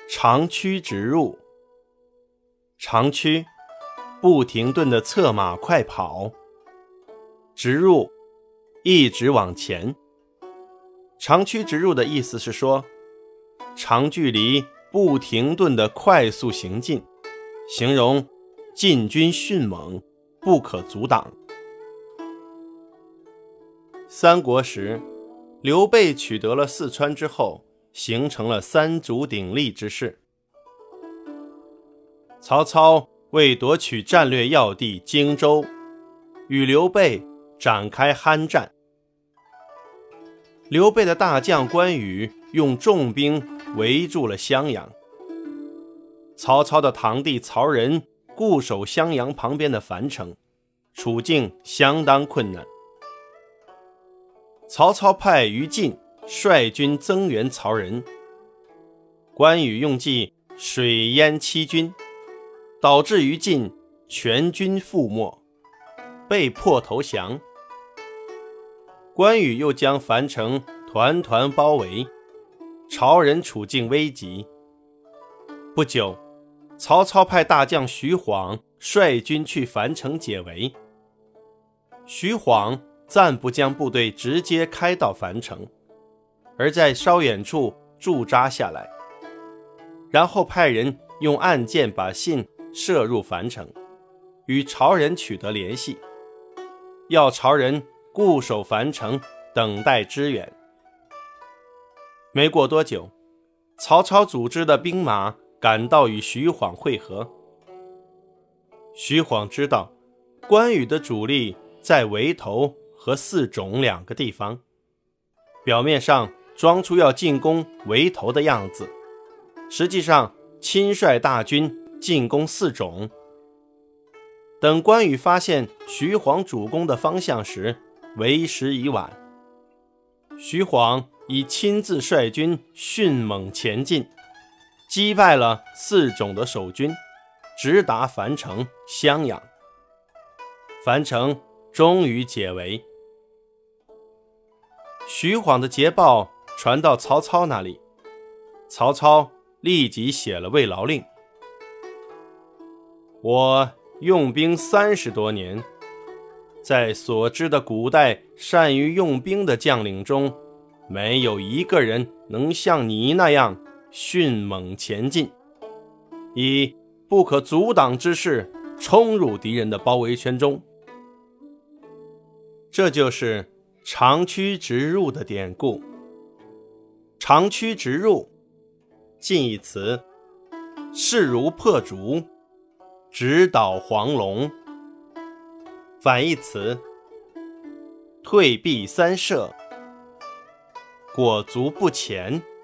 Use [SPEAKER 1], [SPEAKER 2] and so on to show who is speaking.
[SPEAKER 1] 长驱直入。长驱，不停顿地策马快跑。直入，一直往前。长驱直入的意思是说，长距离不停顿的快速行进，形容进军迅猛，不可阻挡。三国时，刘备取得了四川之后，形成了三足鼎立之势。曹操为夺取战略要地荆州，与刘备展开酣战。刘备的大将关羽用重兵围住了襄阳，曹操的堂弟曹仁固守襄阳旁边的樊城，处境相当困难。曹操派于禁率军增援曹仁，关羽用计水淹七军，导致于禁全军覆没，被迫投降。关羽又将樊城团团包围，曹仁处境危急。不久，曹操派大将徐晃率军去樊城解围。徐晃暂不将部队直接开到樊城，而在稍远处驻扎下来，然后派人用暗箭把信射入樊城，与曹仁取得联系，要曹仁固守樊城，等待支援。没过多久，曹操组织的兵马赶到与徐晃会合。徐晃知道关羽的主力在围头和四种两个地方，表面上装出要进攻围头的样子，实际上亲率大军进攻四种。等关羽发现徐晃主攻的方向时，为时已晚。徐晃已亲自率军迅猛前进，击败了四种的守军，直达樊城、襄阳。樊城终于解围。徐晃的捷报传到曹操那里，曹操立即写了慰劳令。我用兵30多年，在所知的古代善于用兵的将领中，没有一个人能像你那样迅猛前进，以不可阻挡之势冲入敌人的包围圈中。这就是长驱直入的典故。长驱直入，近义词势如破竹，直捣黄龙。反义词退避三舍，裹足不前。